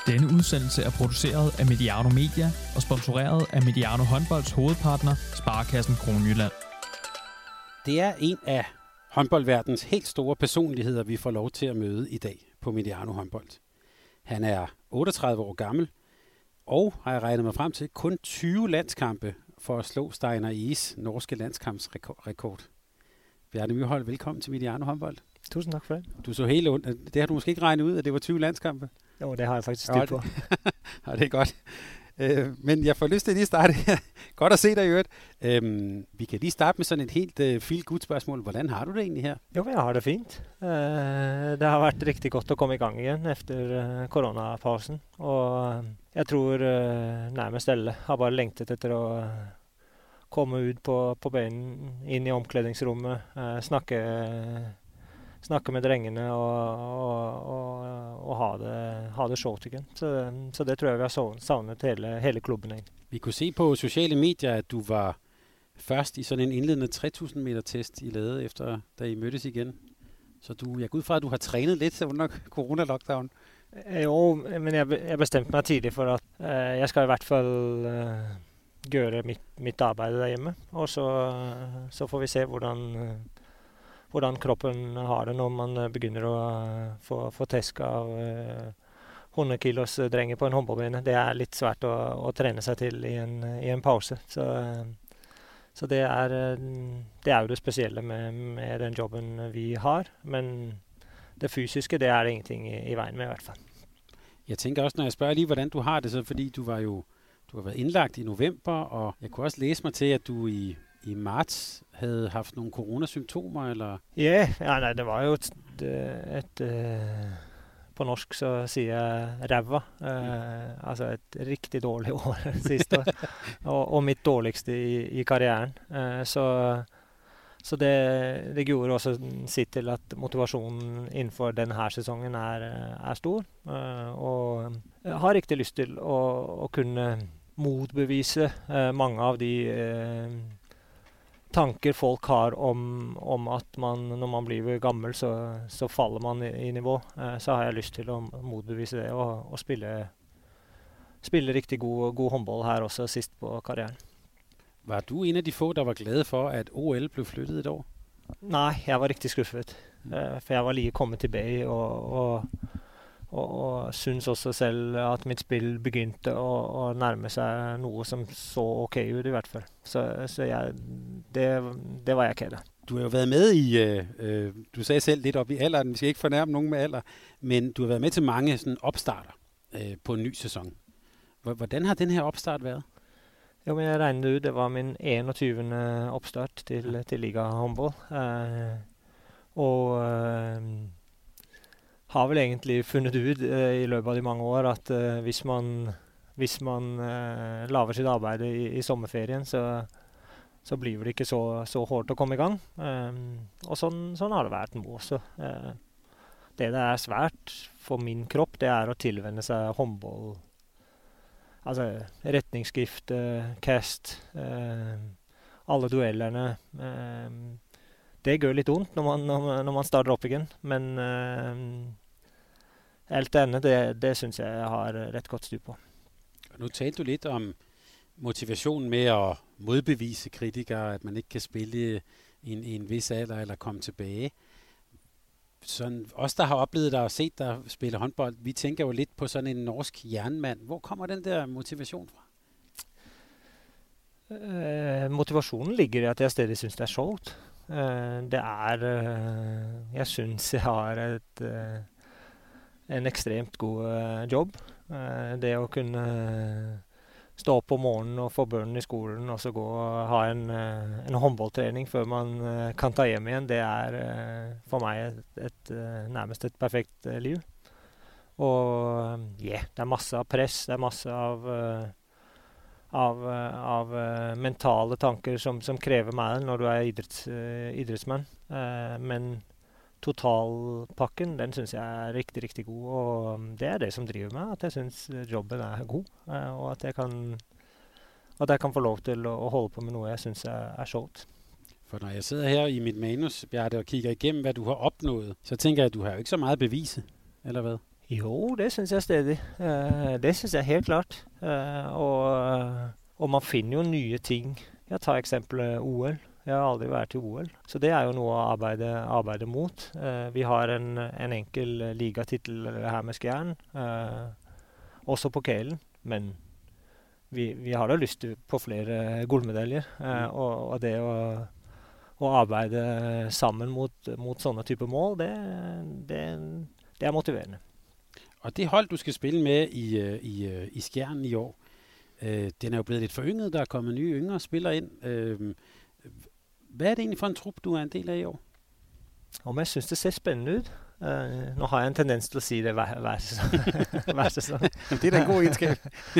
Denne udsendelse er produceret af Mediano Media og sponsoreret af Mediano Håndbolds hovedpartner, Sparekassen Kronjylland. Det er en af håndboldverdens helt store personligheder, vi får lov til at møde i dag på Mediano Håndbold. Han er 38 år gammel, og har jeg regnet mig frem til kun 20 landskampe for at slå Steinar Iges norske landskampsrekord. Bjarne Myrhold, velkommen til Mediano Håndbold. Tusind tak for det. Du så helt ondt. Det har du måske ikke regnet ud, at det var 20 landskampe? Jo, det har jeg faktisk styr på. Ja, det er godt. Men jeg får lyst til at lige starte her. Godt at se dig i øvrigt. Vi kan lige starte med sådan et helt feel-good spørgsmål. Hvordan har du det egentlig her? Jo, jeg har det fint. Det har været rigtig godt at komme i gang igen efter coronapausen. Og jeg tror nærmest alle har bare længtet efter at komme ud på banen, ind i omklædningsrummet, snakke med drengene og ha det sjovt igen. Så det tror jeg, vi har savnet hele klubben egentlig. Vi kunne se på sociale medier, at du var først i sådan en indledende 3000 meter test, I lavede efter, da I mødtes igen. Så jeg går ud fra, at du har trænet lidt under corona-lockdown. Jo, men jeg bestemte mig tidligt for, at jeg skal i hvert fald gøre mit arbejde derhjemme. Og så får vi se, hvordan kroppen har det, når man begynder at få tæsk av 100 kilos drenge på en håndboldbane. Det er lidt svært at træne sig til i en pause. Så det er jo det specielle med den jobben vi har. Men det fysiske, det er det ingenting i vejen med i hvert fald. Jeg tænker også, når jeg spørger lige, hvordan du har det, så fordi du har været indlagt i november, og jeg kunne også læse mig til, at du i marts havde haft nogle coronasymptomer, eller? Ja, nej, det var jo et på norsk så siger jeg ræva, altså et rigtig dårligt år sidste år, og mit dårligste i karrieren. Så det gjorde også sitt til at motivationen innenfor denne sæsonen er stor, og jeg har rigtig lyst til at kunne modbevise mange av de tanker folk har om at man, når man bliver gammel, så falder man i niveau. Så har jeg lyst til at modbevise det og spille rigtig god håndbold her også sidst på karrieren. Var du en af de få, der var glade for, at OL blev flyttet et år? Nej, jeg var rigtig skuffet, for jeg var lige kommet tilbage og synes også selv at mit spil begyndte at nærme sig noget, som så okay ud i hvert fald. Så det var jeg ked af. Du har jo været med i, du sagde selv lidt op i alderen, vi skal ikke fornærme nogen med alder, men du har været med til mange sådan opstarter på en ny sæson. Hvordan har den her opstart været? Jo, men jeg regnede ud, det var min 21. opstart til Liga håndbold. Og har vel egentlig fundet ud i løbet av de mange år at hvis man laver sitt arbejde i sommerferien, så bliver det ikke så hårdt at komme i gang. Og sådan har det været nu også. Det der er svært for min krop, det er at tilvende sig håndbold. Altså retningsskift, kast, alle duellerne. Det gør lidt ondt, når man starter op igen, men alt det andet, det synes jeg har ret godt styr på. Nu talte du lidt om motivationen med at modbevise kritikere, at man ikke kan spille i en vis alder eller komme tilbage. Sådan, os, der har oplevet dig og set dig spille håndbold, vi tænker jo lidt på sådan en norsk jernmand. Hvor kommer den der motivation fra? Motivationen ligger i at jeg stadig synes det er sjovt. Jeg synes jeg har en ekstremt god jobb. Det at kunne stå op om morgenen og få børnene i skolen og så gå og ha en håndboldtræning før man kan ta hjem igjen, det er for mig nærmest et perfekt liv. Og ja, det er masser av press, det er masser av mentale tanker som kræver meget, når du er idrætsmand. Men totalpakken, den synes jeg er rigtig, rigtig god, og det er det som driver mig, at jeg synes jobben er god, og at jeg kan få lov til at holde på med noget, jeg synes er sjovt. For når jeg sidder her i mit manus, Bjarte, og kigger igennem, hvad du har opnået, så tænker jeg, at du har jo ikke så meget at bevise, eller hvad? Jo, det synes jeg stadig. Det synes jeg helt klart. Og man finner jo nye ting. Jeg tar eksempelet OL. Jeg har aldri vært i OL, så det er jo noe å arbeide mot. Vi har en enkel ligatittel her med Skjern, også på Kælen, men vi har da lyst på flere gullmedaljer, og det å arbeide sammen mot sånne typer mål, det er motiverende. Og det hold, du skal spille med i Skjern i år, den er jo blevet lidt forynget, der er kommet nye yngre spillere ind. Hvad er det egentlig for en trup, du er en del af i år? Om jeg synes det ser spændende ud. Nå har jeg en tendens til at sige det hver sæson. Det er da en god egenskab.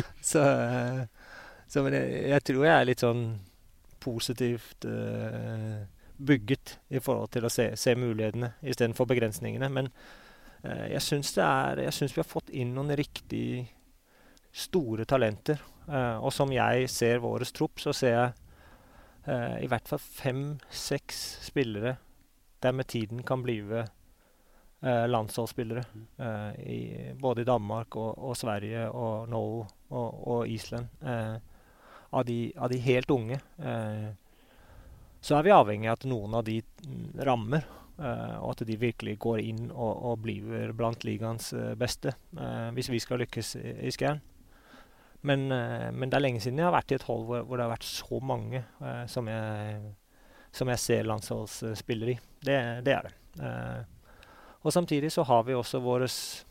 så men jeg tror jeg er lidt sådan positivt bygget i forhold til at se mulighederne i stedet for begrænsningerne. Men jeg synes vi har fått ind nogle rigtig store talenter. Og som jeg ser vores trup, så ser jeg i hvert fall 5-6 spillere der med tiden kan blive landsholdsspillere både i Danmark og Sverige og Norge og Island av de helt unge. Så er vi afhængige af at nogen af de rammer og at de virkelig går ind og bliver blandt ligaens bedste hvis vi skal lykkes i Skjern. Men det er længe siden jeg har været i et hold hvor der har været så mange som jeg ser landsholdsspillere i. Det er det. Og samtidig så har vi også vores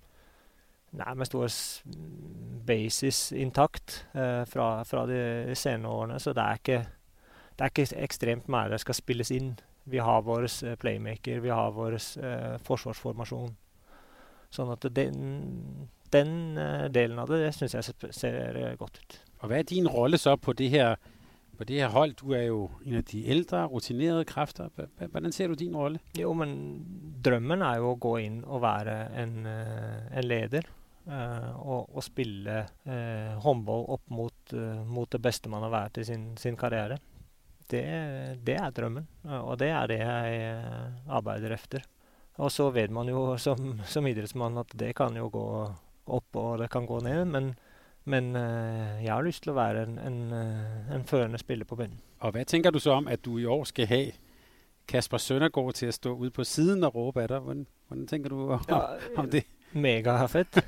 basis intakt fra de senere årene, så det er ikke ekstremt meget der skal spilles ind. Vi har vores playmaker, vi har vores forsvarsformation. Sådan at den delen af det synes jeg ser godt ud. Og hvad er din rolle så på det her hold? Du er jo en af de ældre, rutinerede kræfter. Hvordan ser du din rolle? Jo, men drømmen er jo at gå ind og være en leder og spille håndbold op mot det bedste man har været i sin karriere. Det er drømmen, og det er det jeg arbejder efter. Og så ved man jo som idrætsmand at det kan jo gå op og det kan gå ned, men jeg har lyst til at være en førende spiller på banen. Og hvad tænker du så om, at du i år skal have Kasper Søndergaard til at stå ude på siden og råbe af dig? Hvordan tænker du om det? Mega fedt.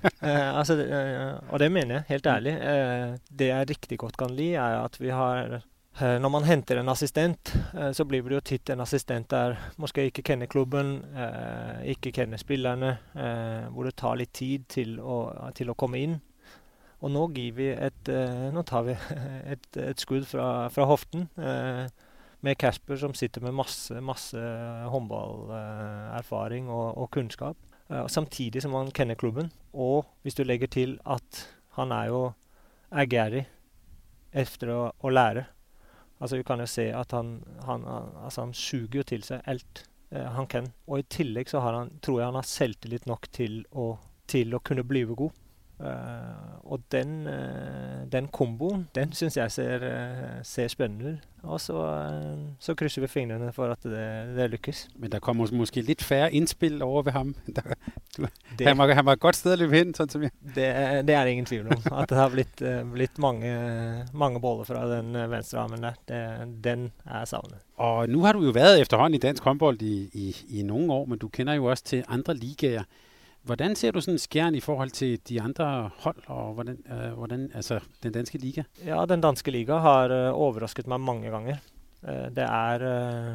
Og det mener jeg helt ærligt. Det jeg rigtig godt kan lide er at vi har når man henter en assistent, så bliver det jo tit en assistent der måske ikke kender klubben, ikke kender spillerne, hvor det tar lidt tid til at komme ind. Og nu tar vi et skud fra hoften med Kasper som sitter med masse håndballerfaring og kunnskap. Samtidig som han kender klubben, og hvis du lægger til at han er jo agerig efter at lære. Altså vi kan jo se at han suger jo til sig alt han kan. Og i tillegg så tror jeg han har selvtillit nok til å kunne blive god. Og den komboen, den synes jeg ser spændende ud. Og så krydser vi fingrene for at det lykkes. Men der kommer måske lidt færre indspil over ved ham. Han var et godt sted at løbe hen, sådan som jeg. Det er ingen tvivl om. At det har blitt mange boller fra den venstre armen der. Den er savnet. Og nu har du jo været efterhånden i dansk håndbold i nogle år, men du kender jo også til andre ligaer. Hvordan ser du sådan Skjern i forhold til de andre hold, og hvordan altså den danske liga? Ja, den danske liga har overrasket mig mange gange. Det er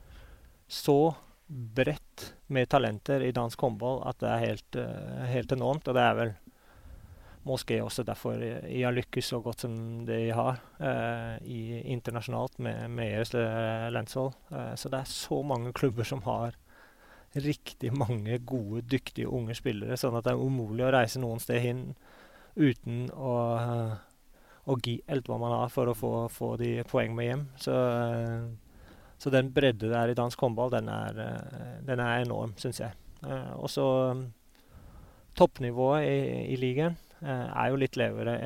så bredt med talenter i dansk håndbold, at det er helt enormt, og det er vel måske også derfor jeg har lykkes så godt som det jeg har internationalt med deres landshold. Så det er så mange klubber som har riktig mange gode, dyktige unge spillere, sånn at det er umulig å reise noen sted hen uten å gi alt hva man har for å få de poeng med hjem. Så den bredde der i dansk håndball, den er enorm, synes jeg. Og så toppnivået i ligaen er jo litt lavere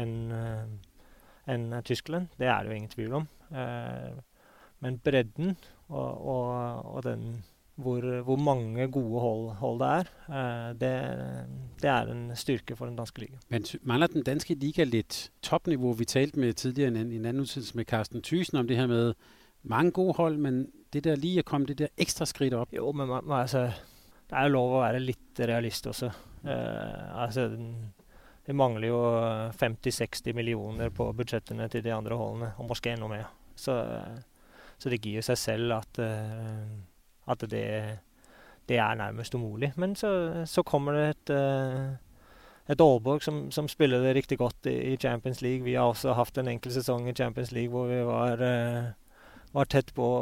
enn Tyskland, det er det jo ingen tvil om. Men bredden og den hvor mange gode hold det er. Det er en styrke for den danske liga. Men mangler den danske liga lidt topniveau? Vi talte med tidligere i en anden udsendelse med Carsten Thyssen om det her med mange gode hold, men det der lige at komme det der ekstra skridt op. Jo, men altså, det er jo lov at være lidt realist også. Altså, det mangler jo 50-60 millioner på budgettene til de andre holdene, og måske endnu mere. Så det giver sig selv at det er nærmest umulig. Men så kommer det et Aalborg som spiller det riktig godt i Champions League. Vi har også haft en enkelt sæson i Champions League hvor vi var tæt på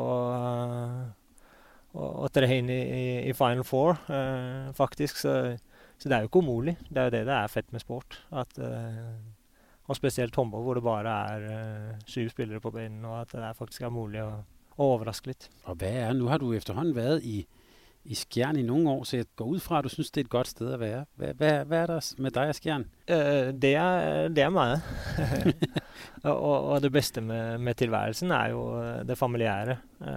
at tre ind i Final Four, faktisk. Så det er jo ikke umuligt. Det er jo det der er fedt med sport. Og specielt håndbold, hvor det bare er 7 spillere på banen, og at det faktisk er muligt at overraske lidt. Og nu har du efterhånden været i Skjern i nogle år, så jeg går ud fra, at du synes, det er et godt sted at være. Hvad er der med dig og Skjern? Det er meget. og det bedste med tilværelsen er jo det familiære.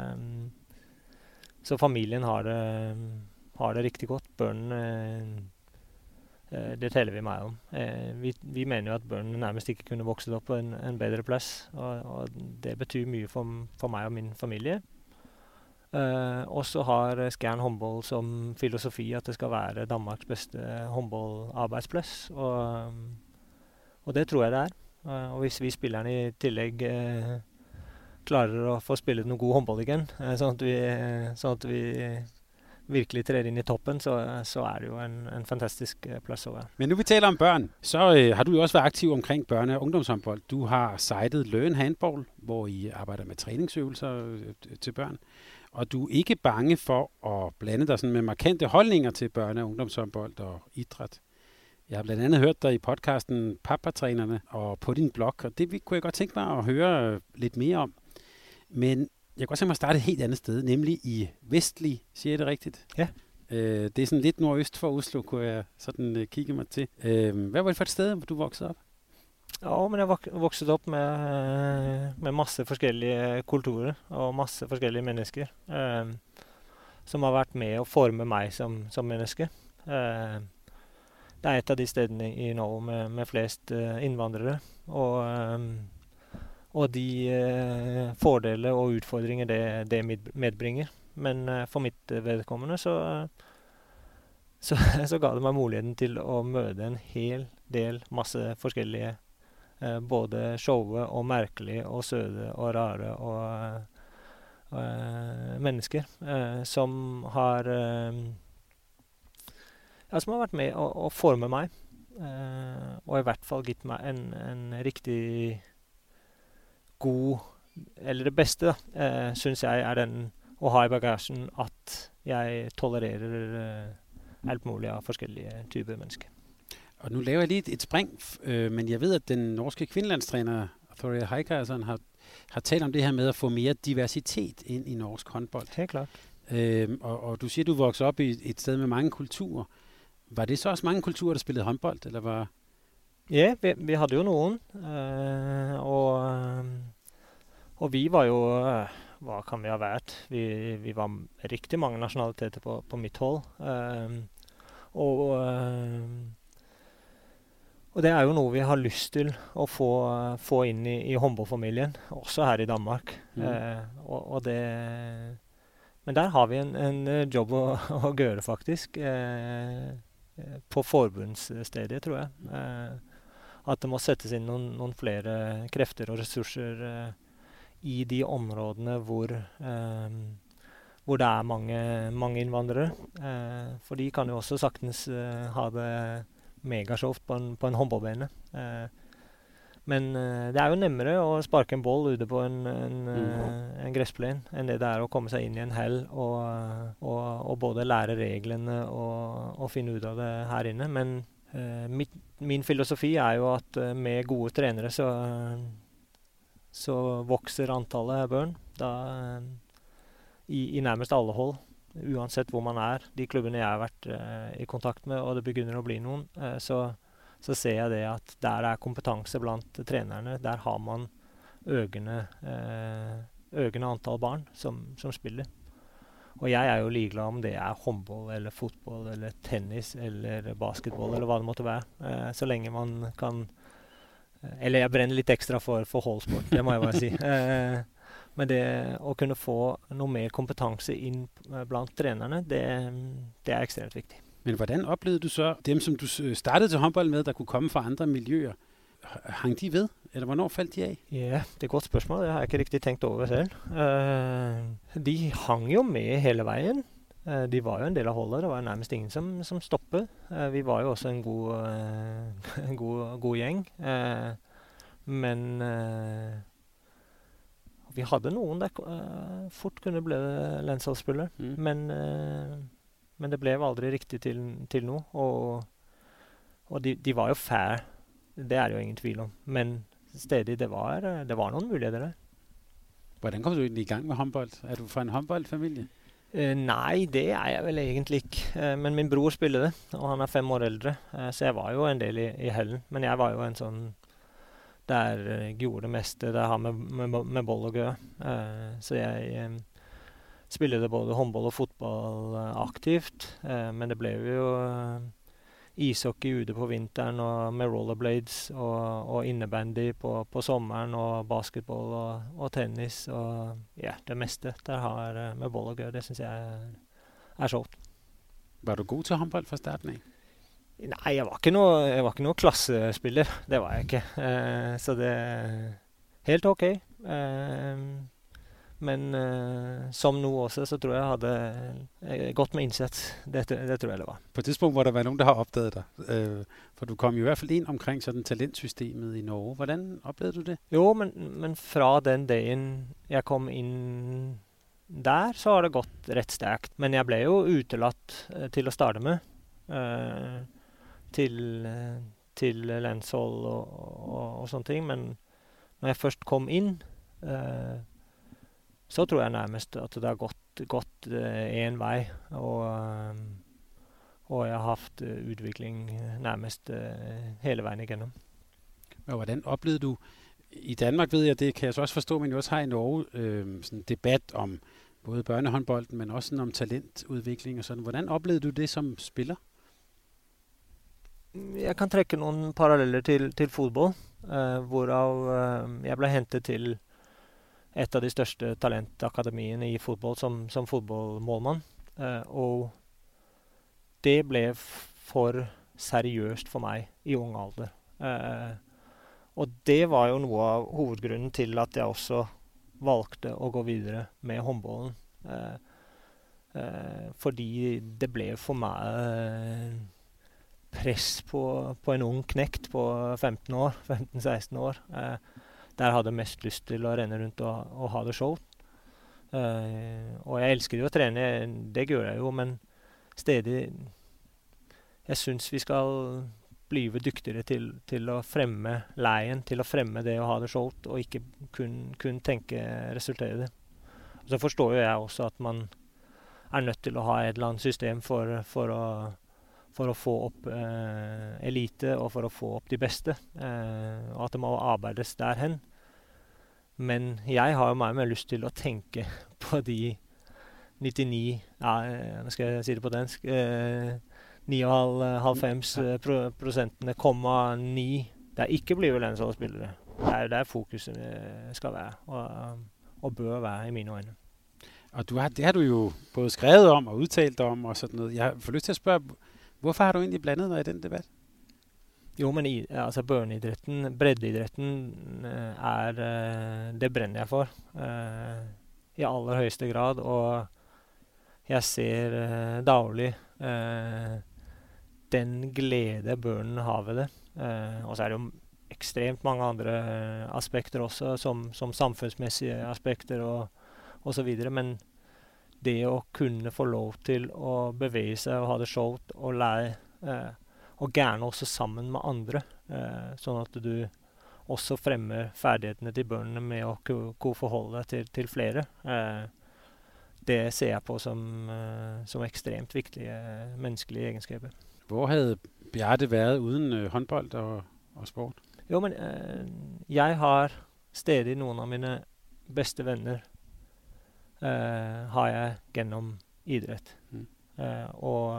Så familien har det rigtig godt. Børnene, det taler vi meget om. Vi mener jo at børnene nærmest ikke kunne vokset op på en bedre plads, og det betyder mye for mig og min familie. Og så har Skjern håndbold som filosofi at det skal være Danmarks bedste håndboldarbejdsplads, og det tror jeg det er. Og hvis vi spillerne i tillegg klarer at få spillet noget god håndbold igen, så at vi virkelig træder ind i toppen, så er det jo en fantastisk plads at være. Men nu vi taler om børn, så har du jo også været aktiv omkring børne- og ungdomshåndbold. Du har sitet Learn Handball, hvor I arbejder med træningsøvelser til børn. Og du er ikke bange for at blande dig sådan med markante holdninger til børne- og ungdomshåndbold og idræt. Jeg har blandt andet hørt dig i podcasten Pappatrænerne og på din blog, og det kunne jeg godt tænke mig at høre lidt mere om. Men jeg kunne godt tænke mig at starte et helt andet sted, nemlig i Vestlig, siger jeg det rigtigt? Ja. Det er sådan lidt nordøst for Oslo, kunne jeg sådan kigge mig til. Hvad var det for et sted, hvor du voksede op? Ja, men jeg vokset op med masse forskellige kulturer og masse forskellige mennesker, som har været med at forme mig som menneske. Det er et af de stedene i Norge med flest indvandrere, og de fordeler og udfordringer det medbringer. Men for mitt vedkommende så gav det mig muligheden til at møde en hel del masse forskellige både sjove og mærkelige og søde og rare og mennesker som har været med at forme mig og i hvert fall gitt mig en rigtig god, eller det bedste synes jeg er den at have i bagagen at jeg tolererer alt muligt af forskellige typer mennesker. Og nu laver jeg lige et spring, men jeg ved, at den norske kvindelandstræner, Thorey Heikarsson, har talt om det her med at få mere diversitet ind i norsk håndbold. Helt klart. Og du siger, du voksede op i et sted med mange kulturer. Var det så også mange kulturer, der spillede håndbold, eller var? Ja, vi havde jo nogen, og vi var jo, hvad kan vi have været? Vi var rigtig mange nationaliteter på mit hold, og det er jo noget vi har lyst til at få ind i håndboldfamilien, også her i Danmark. Og det, men der har vi en jobb at gøre faktisk, på forbundsstadiet, tror jeg. At det må sættes ind nogle flere kræfter og ressourcer i de områdene, hvor der er mange indvandrere. For de kan jo også sagtens ha det megasjovt på en håndboldbane. Men det er jo nemmere at sparke en bold ute på en græsplæne, end det er at komme sig ind i en hal og både lære reglerne og finde ud af det her inne. Men min filosofi er jo at med gode trænere så vokser antallet børn i nærmest alle hold, uansett hvor man er. De klubbene jeg har vært i kontakt med, og det begynder at blive nogen, så ser jeg det at der er kompetanse blandt trænerne. Der har man øgende antal barn som spiller. Og jeg er jo ligeglad om det er håndball eller fotball eller tennis eller basketball eller hva det måtte være. Så lenge man kan eller jeg brenner litt ekstra for holdsport, det må jeg bare si. Men det å kunne få noe mer kompetanse inn blant trenerne, det er ekstremt viktig. Men hvordan oplevede du så dem, som du startede til håndbold med, der kunne komme fra andre miljøer? Hang de ved, eller hvornår faldt de af? Ja, det er et godt spørsmål. Det har jeg ikke riktig tenkt over selv. De hang jo med hele veien. De var jo en del av holdet. Det var nærmest ingen som stoppet. Vi var jo også en god gjeng. Men vi hadde noen der fort kunne bli landsholdsspillere. Men det ble aldri riktig til noe. Og de var jo fair. Det er det jo ingen tvil om. Men stedig, det var noen muligheter der. Hvordan kom du egentlig i gang med håndbold? Er du fra en håndboldfamilie? Nei, det er jeg vel egentlig ikke. Men min bror spiller det, og han er 5 år eldre. Så jeg var jo en del i hallen. Men jeg var jo en sånn der gjorde det meste det har med boll å gjøre. Så jeg spiller både håndball og fotball aktivt. Men det ble jo ishockey ute på vinteren og med rollerblades og innebandy på sommeren og basketball og tennis og ja, det meste der har med boll å gjøre. Det synes jeg er sjovt. Var du god til håndbold fra starten af? Nei, jeg var ikke noe klassespiller. Det var jeg ikke. Så det er helt ok. Men som nu også, så tror jeg hadde godt med indsats. Det tror jeg det var. På et tidspunkt, hvor der var nogen, der har opdaget dig. For du kom jo i hvert fald ind omkring sådan talentsystemet i Norge. Hvordan oplevede du det? Jo, men fra den dagen jeg kom inn der, så har det gått rett stærkt. Men jeg ble jo utelatt til å starte med. Til landshold og sånne ting. Men når jeg først kom inn, så tror jeg nærmest at det har gått en vei, og jeg har haft udvikling nærmest hele vejen igennem. Og hvordan oplevede du, i Danmark ved jeg, det kan jeg så også forstå, men jo også har i Norge sådan en debat om både børnehåndbolden, men også sådan om talentudvikling og sådan. Hvordan oplevede du det som spiller? Jeg kan trekke nogle paralleller til fodbold, hvorav jeg ble hentet til et av de største talentakademiene i fodbold som fodboldmålmann. Og det ble for seriøst for meg i ung alder. Og det var jo noe av hovedgrunnen til at jeg også valgte å gå videre med håndbollen. Fordi det ble for meg press på en ung knekt på 15-16 år. Der hadde mest lyst til å renne rundt og ha det show. Og jeg elsker jo å trene, det gjør jeg jo, men stedig jeg synes vi skal blive dyktigere til å fremme leien, til å fremme det å ha det show, og ikke kun tenke resultatet. Så forstår jo jeg også at man er nødt til å ha et eller annet system for å få opp elite og for å få opp de beste, og at det må arbeides derhen. Men jeg har jo mer lyst til å tenke på de 99, nå skal jeg si det på dansk, 99,5% 9 der ikke bliver landsholdsspillere. Der fokuset skal være, og bør være i mine øjne. Og det har du jo både skrevet om og udtalt om og sådan noget. Jeg får lyst til at spørge, hvorfor har du egentlig blandet dig i den debat? Jo, men altså børneidretten, breddeidretten det brenner jeg for i aller høyeste grad, og jeg ser daglig den glede børnene har ved det. Og så er det jo ekstremt mange andre aspekter også, som samfunnsmessige aspekter og så videre, men det å kunne få lov til å bevege seg og ha det sjovt og lære, og gjerne også sammen med andre, sånn at du også fremmer ferdighetene til børnene med å kunne forholde deg til flere. Det ser jeg på som ekstremt viktige menneskelige egenskaper. Hvor havde Bjarte været uden håndbold og sport? Jo, men jeg har stedig noen av mine beste venner har jeg gennem idrett. Og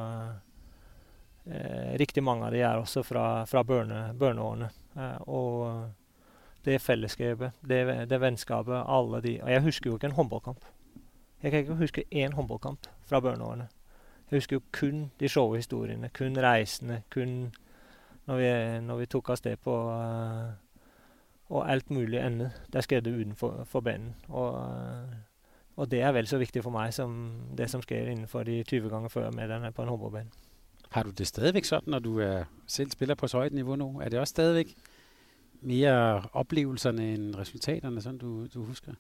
riktig mange av de er også fra børneårene. Og det fellesskapet, det vennskapet, alle de... Og jeg husker jo ikke en håndballkamp. Jeg kan ikke huske en håndballkamp fra børneårene. Jeg husker jo kun de showe historiene, kun reisene, kun når vi tok av sted på og alt mulig ende. Der skjedde utenfor banen. Og det er vel så viktig for meg som det som sker innenfor de 20 ganger før med den på en håndballbane. Har du det stadigvæk sådan, når du selv spiller på så højt niveau nu? Er det også stadigvæk mere oplevelserne end resultaterne, sådan du husker?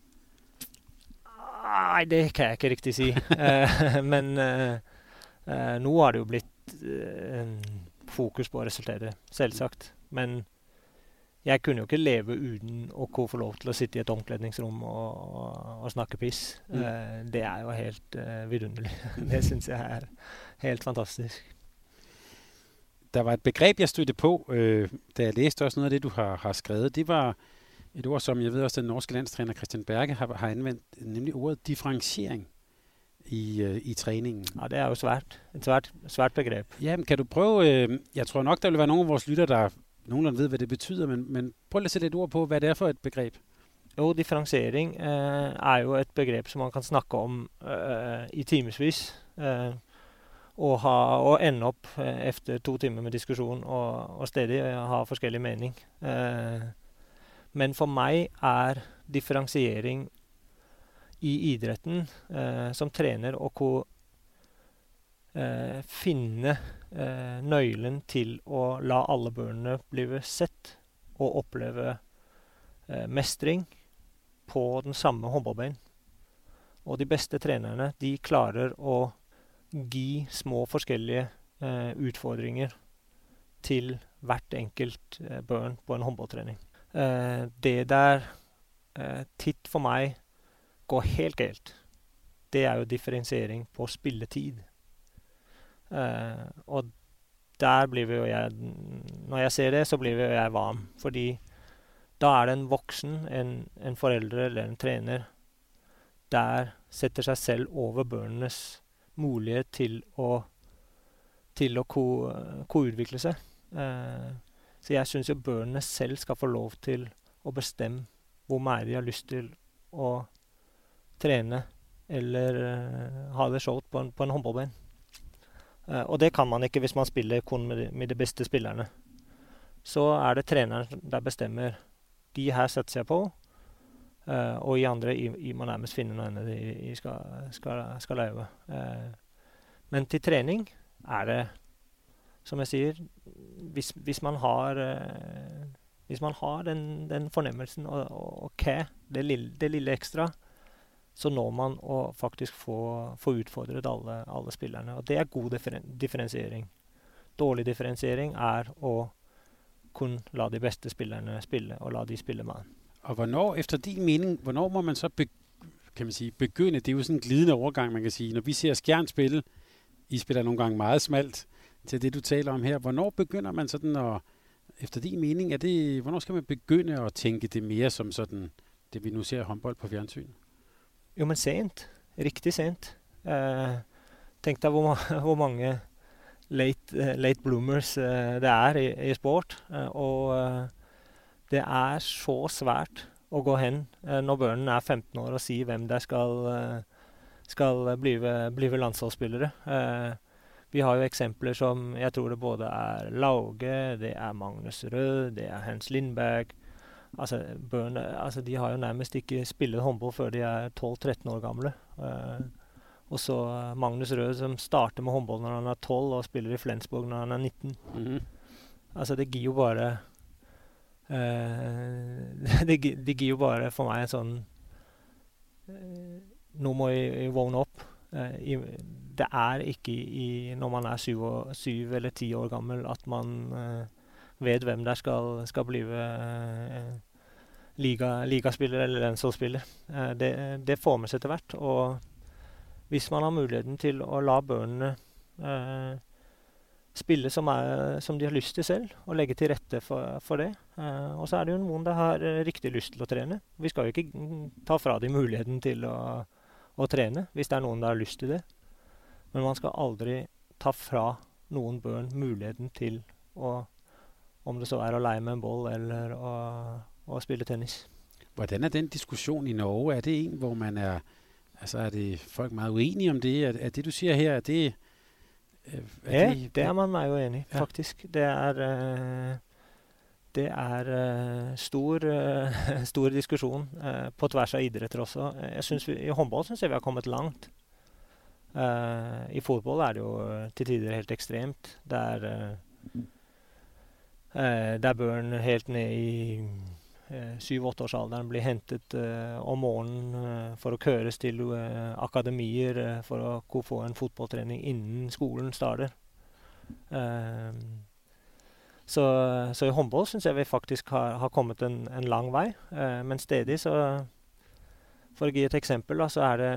Nej, det kan jeg ikke rigtig sige. Men nu har det jo blitt fokus på resultatet, selvsagt. Men jeg kunne jo ikke leve uten å få lov til å sitte i et omklædningsrum og snakke piss. Det er jo helt vidunderlig. Det synes jeg er helt fantastisk. Der var et begreb, jeg stødte på, da jeg læste også noget af det, du har skrevet. Det var et ord, som jeg ved også, den norske landstræner Christian Berge har anvendt, nemlig ordet differentiering i træningen. Ja, det er jo svært begreb. Ja, men kan du prøve, jeg tror nok, der vil være nogle af vores lytter, der nogenlunde ved, hvad det betyder, men prøv at sætte et ord på, hvad det er for et begreb. Jo, differensiering er jo et begreb, som man kan snakke om i timesvis. Og ende op efter 2 timer med diskussion og stadig ha forskellig mening. Men for meg er differensiering i idretten som trener å finne nøglen til å la alle børnene bli sett og oppleve mestring på den samme håndballbanen. Og de beste trenerne, de klarer å gi små forskellige utfordringer til hvert enkelt børn på en håndballtrening. Det der titt for meg går helt galt, det er jo differensiering på spilletid. Og der blir jo jeg, når jeg ser det, så blir jo jeg varm, fordi da er det en voksen, en foreldre eller en trener, der setter seg selv over børnenes mulighet til å utvikle seg. Så jeg synes jo børnene selv skal få lov til å bestemme hvor mye de har lyst til å trene eller ha det showt på en håndballbane. Og det kan man ikke hvis man spiller kun med de beste spillerne. Så er det treneren der bestemmer. De her setter seg på, og i andre må nærmest finne noe annet de skal leve. Men til trening er det, som jeg sier, hvis man har den fornemmelsen og det lille ekstra, så når man å faktisk få utfordret alle spillerne. Og det er god differensiering. Dårlig differensiering er å kun la de beste spillerne spille, og la de spille med. Og hvornår, efter din mening, hvornår må man så begynde? Det er jo sådan en glidende overgang, man kan sige. Når vi ser Skjern spille, I spiller nogle gange meget smalt til det, du taler om her. Hvornår begynder man sådan efter din mening, hvornår skal man begynde at tænke det mere som sådan, det vi nu ser håndbold på fjernsyn? Jo, men sent. Riktig sent. Tenk deg hvor mange late bloomers det er i sport. Og det er så svært å gå hen når børnene er 15 år og si hvem der skal blive landsholdsspillere. Vi har jo eksempler som, jeg tror det både er Lauge, det er Magnus Rød, det er Hans Lindberg. Altså, børnene, de har jo nærmest ikke spillet håndball før de er 12-13 år gamle. Og så Magnus Rød som starter med håndball når han er 12 og spiller i Flensburg når han er 19. Altså, det gir jo bare det gir jo bare for meg en sånn nå må jeg vågne opp. Det er ikke når man er 7 eller 10 år gammel at man vet hvem der skal blive ligaspiller eller landsholdsspiller. Det former seg etter hvert, og hvis man har muligheten til å la børnene spille som de har lyst til selv, og legge til rette for det. Og så er det jo noen der har riktig lyst til å trene. Vi skal jo ikke ta fra dem muligheten til å å trene, hvis det noen der har lyst til det. Men man skal aldri ta fra noen børn muligheten til å, om det så å lege med en bold eller å spille tennis. Hvordan den diskussion i Norge? Det en, hvor man er det folk meget uenige om det? Er det, du siger her, det... det man meget uenig, faktisk. Det stor diskusjon på tvers av idretter også. I håndball synes jeg vi har kommet langt. I fotball det jo til tider helt ekstremt. Der børn helt ned i 7-8-årsalderen blir hentet om morgenen for å køres til akademier for å få en fotballtrening innen skolen starter. Så i håndball synes jeg vi faktisk har kommet en lang vei, men stedig så, for å gi et eksempel, da, så det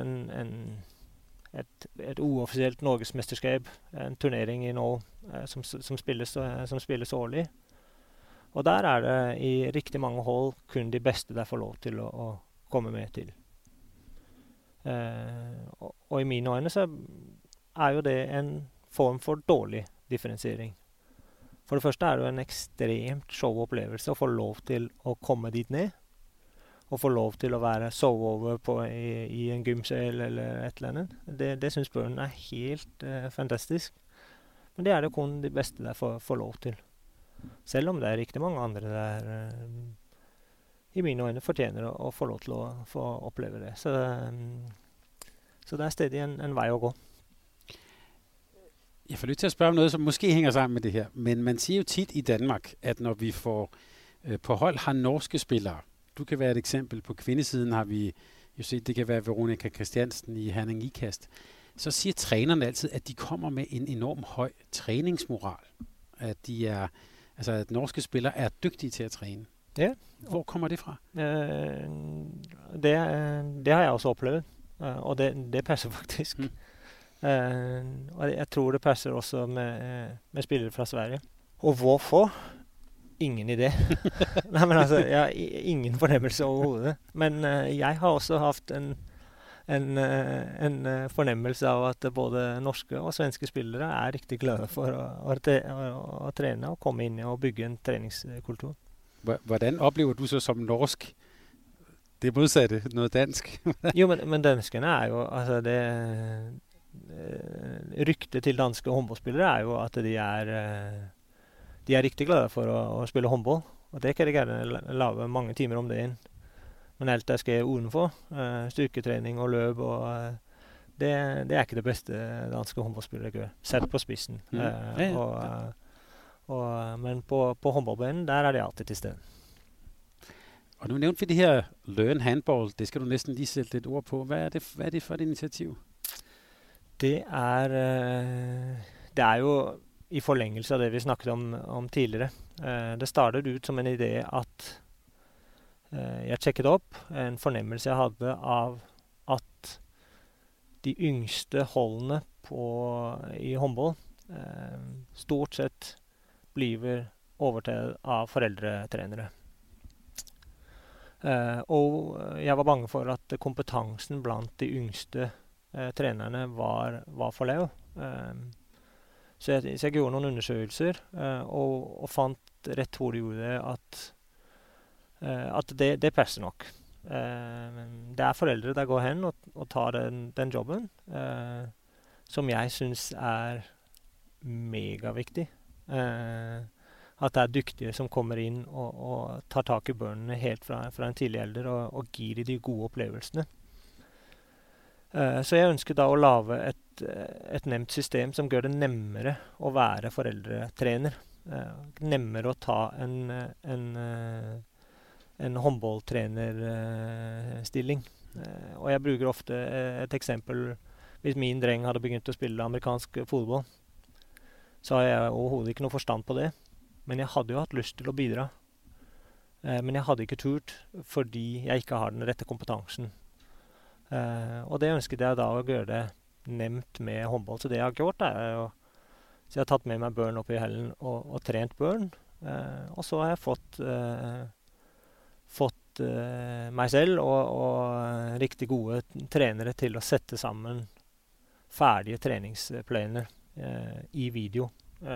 et uoffisielt norgesmesterskap, en turnering i Norge som spilles årlig. Og der det i riktig mange hold kun de beste der får lov til å komme med til. Og i mine øyne så jo det en form for dårlig differensiering. For det første det jo en ekstremt show-opplevelse å få lov til å komme dit ned, og få lov til å være sove-over i en gymsal eller et eller annet. Det synes børn helt fantastisk. Men det det kun de beste der får lov til. Selv om det riktig mange andre der i mine øyne fortjener å få lov til å få oppleve det. Så det stedig en vei å gå. Jeg får lyst til at spørge om noget, som måske hænger sammen med det her. Men man siger jo tit i Danmark, at når vi får på hold har norske spillere, du kan være et eksempel, på kvindesiden har vi jo set, det kan være Veronica Christiansen i Herning Ikast, så siger trænerne altid, at de kommer med en enorm høj træningsmoral. At at norske spillere dygtige til at træne. Ja. Hvor kommer det fra? Det har jeg også oplevet, og det passer faktisk. Og jeg tror det passer også med spillere fra Sverige. Og hvorfor? Ingen idé. Nei, men altså, jeg har ingen fornemmelse overhovedet. Men jeg har også haft en fornemmelse av at både norske og svenske spillere riktig glade for å trene og komme inn og bygge en treningskultur. Hvordan oplever du så som norsk det modsatte, noget dansk? Jo, men danskene jo, altså ryktet til danske håndbollspillere jo at de riktig glade for å spille håndball. Og det kan de gjerne lave mange timer om det inn. Men alt det skal utenfor, styrketrening og løp, og det ikke det beste danske håndballspillere gjør. Sett på spissen. Men på håndballbanen, der det alltid til sted. Og nu nævnte vi det her Learn Handball. Det skal du næsten lige sætte lidt ord på. Hvad det for et initiativ? Det jo i forlengelse av det vi snakket om tidligere. Det startet ut som en idé at jeg tjekket opp en fornemmelse jeg hadde av at de yngste holdene i håndball stort sett blir overtaget av foreldretrenere. Og jeg var bange for at kompetansen blant de yngste trenerne var for lav. Så jeg gjorde noen undersøkelser og fant rett hvor de gjorde at det passer nok. Det foreldre der går hen og tar den jobben, som jeg synes megaviktig. At det dyktige som kommer inn og tar tak i børnene helt fra en tidlig alder og gir de gode opplevelsene. Så jeg ønsket da å lage et nevnt system som gjør det nemmere å være foreldretrener. Nemmere å ta en håndballtrenerstilling. Og jeg bruker ofte et eksempel. Hvis min dreng hadde begynt å spille amerikansk fotball, så har jeg overhodet ikke noe forstand på det. Men jeg hadde jo hatt lyst til å bidra. Men jeg hadde ikke turt, fordi jeg ikke har den rette kompetansen. Og det ønsket jeg da å gjøre det nevnt med håndball. Så det jeg har gjort så jeg har tatt med meg børn opp i hallen og trent børn. Og så har jeg fått hatt meg selv og riktig gode trenere til å sette sammen ferdige treningsplaner i video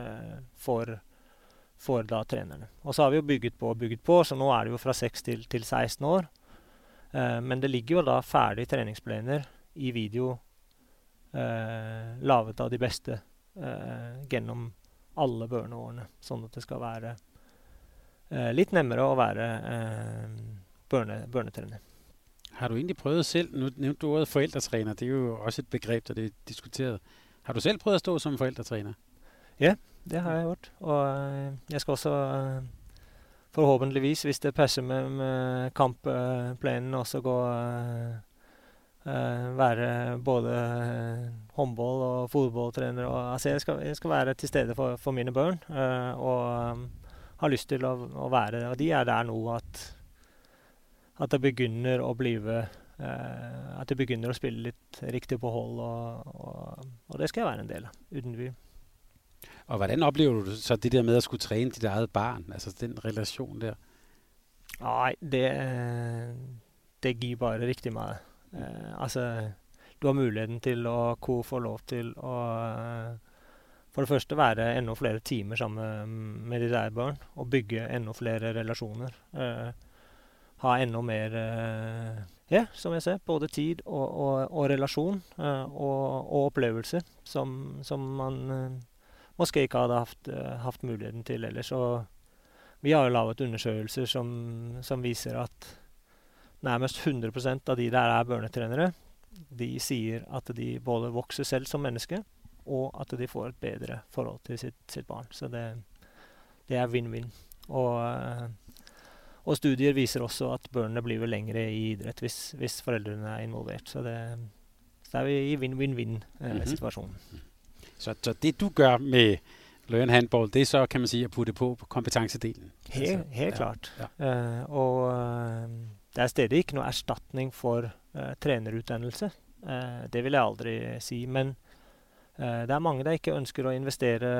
for da trenerne. Og så har vi jo bygget på, så nå er det jo fra 6 til 16 år. Men det ligger jo da ferdige treningsplaner i video lavet av de beste gjennom alle børneårene, sånn at det skal være litt nemmere å være børnetrener. Har du egentlig prøvet selv, nu nævnte du ordet forældretræner, det er jo også et begreb, der det er diskuteret. Har du selv prøvet at stå som forældretræner? Ja, det har jeg gjort, og jeg skal også forhåpentligvis, hvis det passer med kampplanen, også gå være både håndball- og fotballtrener. Altså jeg skal være til stede for mine børn, og har lyst til å være det. Og de er der nå at det begynner å blive at det begynner å spille litt riktig på hold, og det skal jeg være en del av, uten tvil. Og hvordan oplever du så det der med at skulle træne dit eget barn, altså den relation der? Nej, det giver bare rigtig meget. Altså, du har muligheden til at kunne få lov til at for det første være endnu flere timer sammen med dit eget barn, og bygge endnu flere relationer. Ha endnu mer, ja, som jeg ser, både tid og relasjon og opplevelse, som man måske ikke hadde haft muligheden til ellers. Og vi har jo lavet undersøgelser som viser at nærmest 100% av de der børnetrenere, de sier at de både vokser selv som menneske, og at de får et bedre forhold til sitt barn. Så det er win-win. Og studier viser også at børnene blir lengre i idrett hvis foreldrene er involvert. Så er vi i win-win-situasjonen. Så det du gør med Løren Handball, det er så, kan man sige, at putte på kompetencedelen? Helt klart. Ja. Og det er stadig ikke noe erstatning for trenerutdannelse. Det vil jeg aldri si, men det er mange der ikke ønsker å investere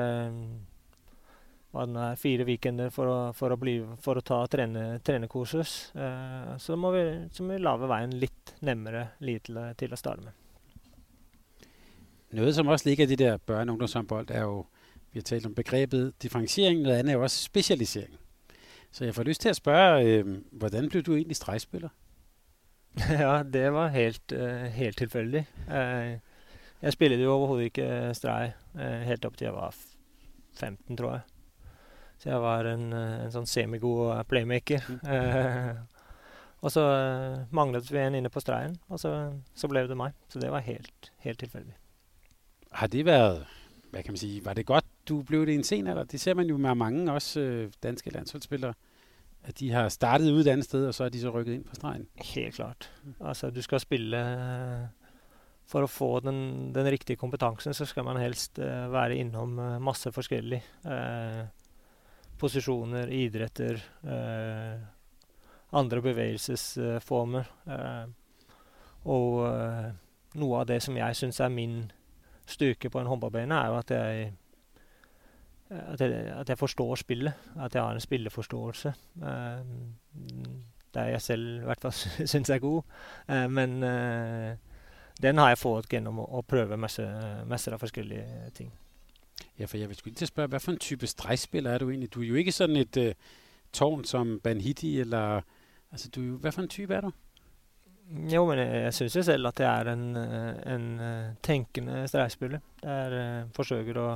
4 weekender for å ta trenerkursus. Så må vi lave veien litt nemmere til å starte med. Noget, som også ligger i de der børne- og ungdomshåndbold, er jo, vi har talt om begrebet differentiering, noget andet er jo også specialisering. Så jeg får lyst til at spørge, hvordan blev du egentlig stregspiller? Ja, det var helt tilfældigt. Jeg spillede jo overhovedet ikke streg helt op til jeg var 15, tror jeg. Så jeg var en sånn semigod playmaker. Og så manglet vi en inne på stregen, og så blev det mig. Så det var helt tilfældigt. Har det været, hvad kan man sige, var det godt, du blev det i en sen alder? Det ser man jo med mange også danske landsholdsspillere, at de har startet ud et andet sted, og så er de så rykket ind på stregen. Helt klart. Altså, du skal spille for at få den rigtige kompetencen, så skal man helst være innom masse forskellige posisjoner, idretter, andre bevegelsesformer. Og noe av det som jeg synes er min styrke på en håndballbane, er jo at jeg forstår spillet, at jeg har en spilleforståelse. Der jeg selv i hvert fall synes er god. Men den har jeg fået gennem at prøve masser af forskellige ting. Ja, for jeg vil skulle til at spørge, hvad for en type stregspiller er du egentlig? Du er jo ikke sådan et tårn som Banhiti, eller altså hvad for en type er du? Jo, men jeg synes jo selv, at det er en tenkende stregspiller. Der forsøger å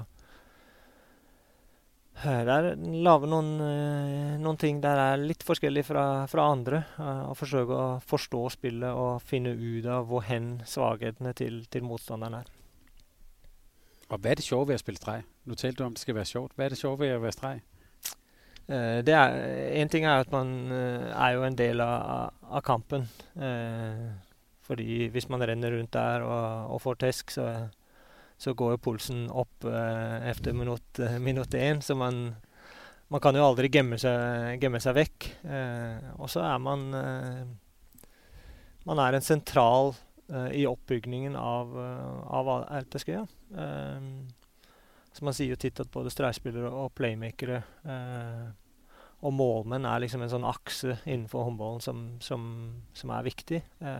lave noen ting der er litt forskjellige fra andre, og forsøge å forstå spillet og finne ut av hvor hen svaghetene til motstanderen er. Og hvad er det sjove ved at spille streg? Nu talte du om, det skal være sjovt. Hvad er det sjove ved at være streg? En ting er at man er jo en del av kampen, fordi hvis man renner rundt der og får tæsk, så går jo pulsen opp efter minut 1, så man kan jo aldri gemme seg vekk. Og så er man er en sentral i oppbygningen av alt det skal gjøre. Så man sier jo titt at både stregspillere og playmakere og målmenn er liksom en sånn akse innenfor håndballen som er viktig.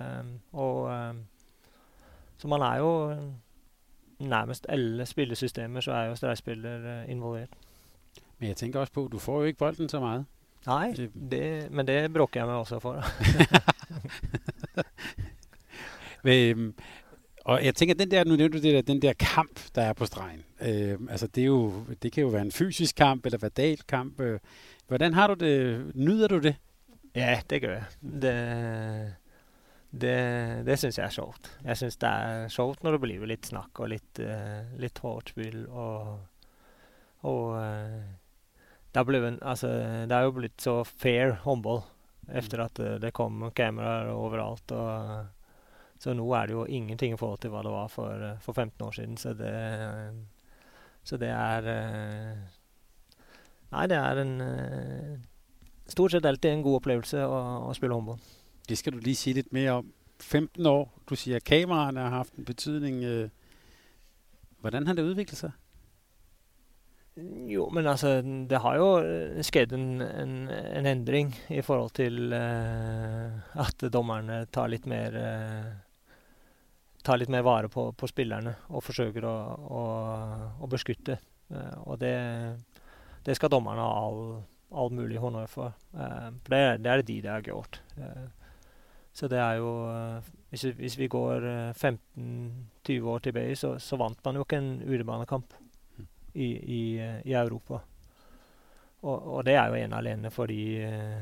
Så man er jo nærmest alle spillesystemer, så er jo stregspiller involvert. Men jeg tænker også på, du får jo ikke bolden så meget. Nej, men det bråker jeg mig også for. Og jeg tænker, nu nævnte du den der kamp, der er på stregen. Altså det kan jo være en fysisk kamp, eller verbal kamp. Hvordan har du det? Nyder du det? Ja, det gør jeg. Det synes jeg er sjovt. Jeg synes det er sjovt, når det bliver lidt snak og lidt hårdt spil. Og det er jo blitt så fair håndbold efter at det kom kameraer overalt. Så nu er det jo ingenting i forhold til hvad det var for 15 år siden. Så det er det er en stort set altid en god oplevelse at spille håndbold. Det skal du lige sige lidt mere om. 15 år, du siger, at kameraerne har haft en betydning. Hvordan har det udviklet sig? Jo, men altså, det har jo skjedd en endring i forhold til at dommerne tar litt mer vare på spillerne og forsøker å beskytte. Og det skal dommerne ha all mulig honnør for. For det er det har gjort. Så det er jo, hvis vi går 15-20 år tilbage, så vant man jo ikke en udebanekamp i Europa. Og det er jo en alene fordi,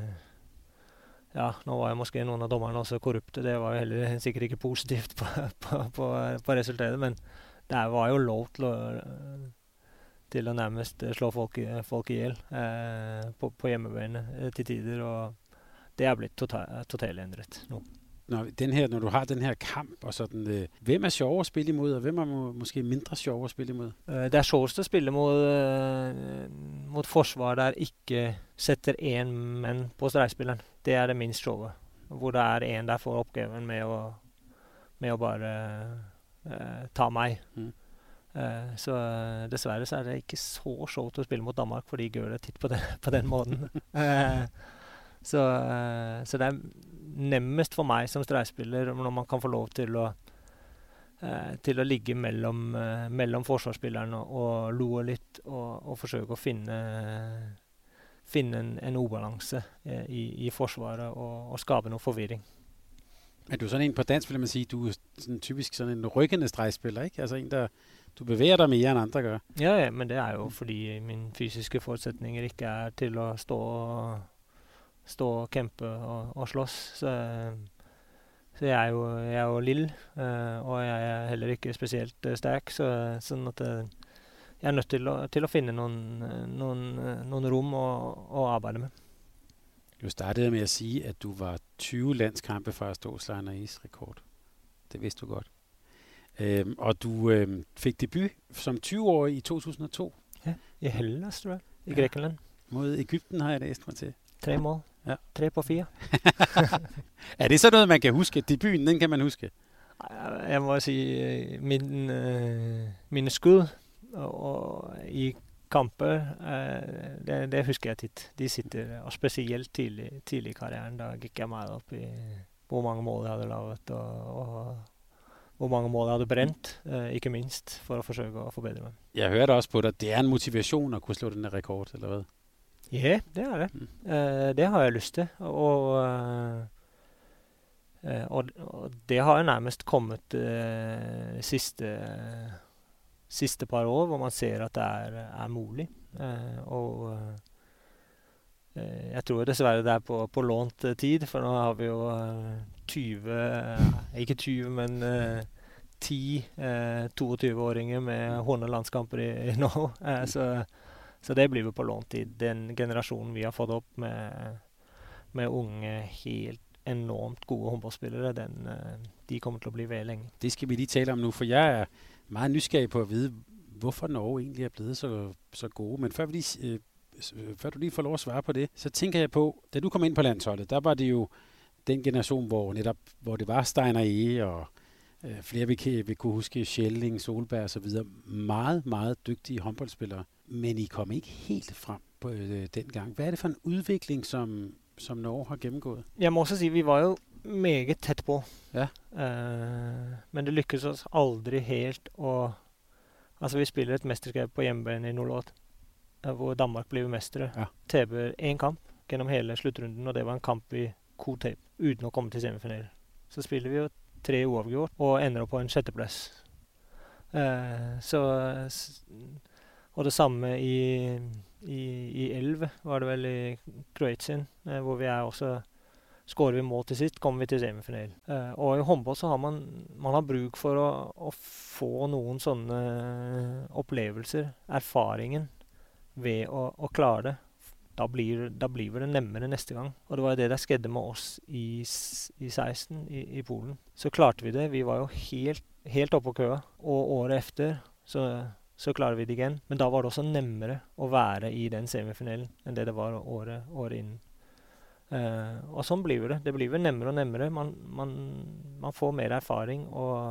nå var jo måske nogle af dommerne også korrupte. Det var jo heller sikkert ikke positivt på resultatet, men det var jo lov til at nærmest slå folk ihjel på hjemmebane til tider, og det er blevet totalt ændret nu. Når du har den her kamp og sådan, hvem er sjovere at spille imod, og hvem er måske mindre sjovere at spille imod? Det er sjovest at spille mod forsvar, der ikke sætter en mand på stregspilleren. Det er det minst sjove. Hvor der er en, der får opgaven med at bare ta mig. Så desværre så er det ikke så sjovt at spille mod Danmark, for de gør det tit på den måden. Så det er nemmest for mig som stregspiller når man kan få lov til at ligge mellem forsvarsspillerne og lure lidt og forsøge at finde en ubalance i forsvaret og skabe noget forvirring. Er du sådan en på dansk, vil man sige, du er sådan typisk sådan en rykkende stregspiller, ikke? Altså en, der du bevæger dig mere end andre gør. Ja, men det er jo fordi mine fysiske forudsætninger ikke er til at stå og kæmpe og slås. Så jeg er jo lille, og jeg er heller ikke specielt stærk, så sådan at jeg er nødt til at finde nogle rum at arbejde med. Du startede med at sige, at du var 20 landskampe fra at stå Sleiner Is rekord. Det vidste du godt. Og du fik debut som 20-årig i 2002. Ja, i Hellas, tror jeg, i Grækenland. Mod Egypten har jeg læst mig til. 3 mål. Ja. 3 på 4. Er det så noget, man kan huske? Debuten, den kan man huske? Jeg må sige, mine skud og i kamper, det husker jeg tit. De sitter, og specielt tidlig i karrieren, der gik jeg meget op i hvor mange mål jeg havde lavet, og hvor mange mål jeg havde brændt, ikke mindst, for at forsøge at forbedre mig. Jeg hørte også på dig, det er en motivation at kunne slå den der rekord, eller hvad? Ja, det er det. Det har jeg lyst til, og det har jo nærmest kommet sidste par år, hvor man ser, at det er muligt. Og jeg tror desværre det er på lånt tid, for nu har vi jo ikke 20, men 10 22-åringer med håndlandskamper i Norge. Så det bliver på lånt tid. Den generation vi har fået op med unge, helt enormt gode håndboldspillere, de kommer til at blive ved længe. Det skal vi lige tale om nu, for jeg er meget nysgerrig på at vide, hvorfor Norge egentlig er blevet så gode. Men før du lige får lov at svare på det, så tænker jeg på, da du kom ind på landsholdet, der var det jo den generation, hvor det var Steiner Ege og flere vi kunne huske Schelling, Solberg og så videre. Meget, meget dygtige håndboldspillere. Men I kom ikke helt frem dengang. Hvad er det for en udvikling, som Norge har gennemgået? Jeg må også sige, vi var jo meget tæt på. Ja. Men det lykkedes os aldrig helt å... Altså, vi spiller et mesterskab på hjemmebane i 08, hvor Danmark blev mestere. Ja. Taber en kamp gennem hele sluttrunden, og det var en kamp vi kunne tabe, uden å komme til semifinale. Så spiller vi jo 3 uavgjort, og ender på en 6. plads. Og det samme i 11 var det vel i Kroatien, hvor vi også skårer vi mål til sist, kommer vi til semifinale. Og i håndball så har man har bruk for å få noen sånne opplevelser, erfaringen ved å klare det. Da blir det nemmere neste gang. Og det var det der skjedde med oss i 16 i Polen. Så klarte vi det. Vi var jo helt oppe på køa. Og året efter så klarer vi det igjen. Men da var det også nemmere å være i den semifinalen enn det var året innen. Og sånn blir det. Det blir nemmere og nemmere. Man får mer erfaring,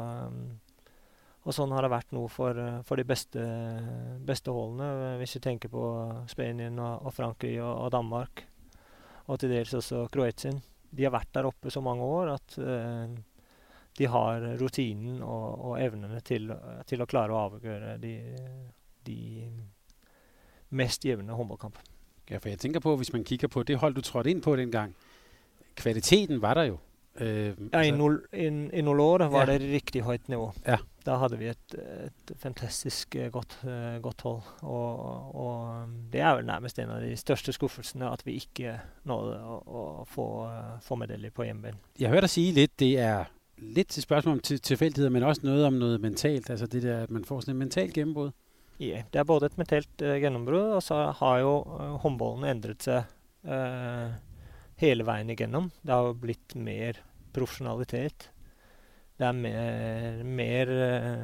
og sånn har det vært nå for de beste holdene. Hvis vi tenker på Spanien og Frankrike og Danmark, og til dels også Kroatien. De har vært der oppe så mange år at de har rutinen og evnene til å klare å avgjøre de mest jevne håndballkamper. Ja, for jeg tænker på, hvis man kigger på det hold, du trådte ind på dengang, kvaliteten var der jo. I 08 var det riktig højt nivå. Ja. Da hadde vi et fantastisk godt hold, og det er vel nærmest en av de største skuffelsene at vi ikke nåede å få medalje på hjemmebane. Jeg hørte dig sige lidt, det er lidt til spørgsmål om tilfældigheder, men også noget om noget mentalt, altså det der, at man får sådan en mental gennembrud. Ja, det er både et mentalt gjennombrud, og så har jo håndbollen endret seg hele veien igjennom. Det har jo blitt mer profesjonalitet. Det er mer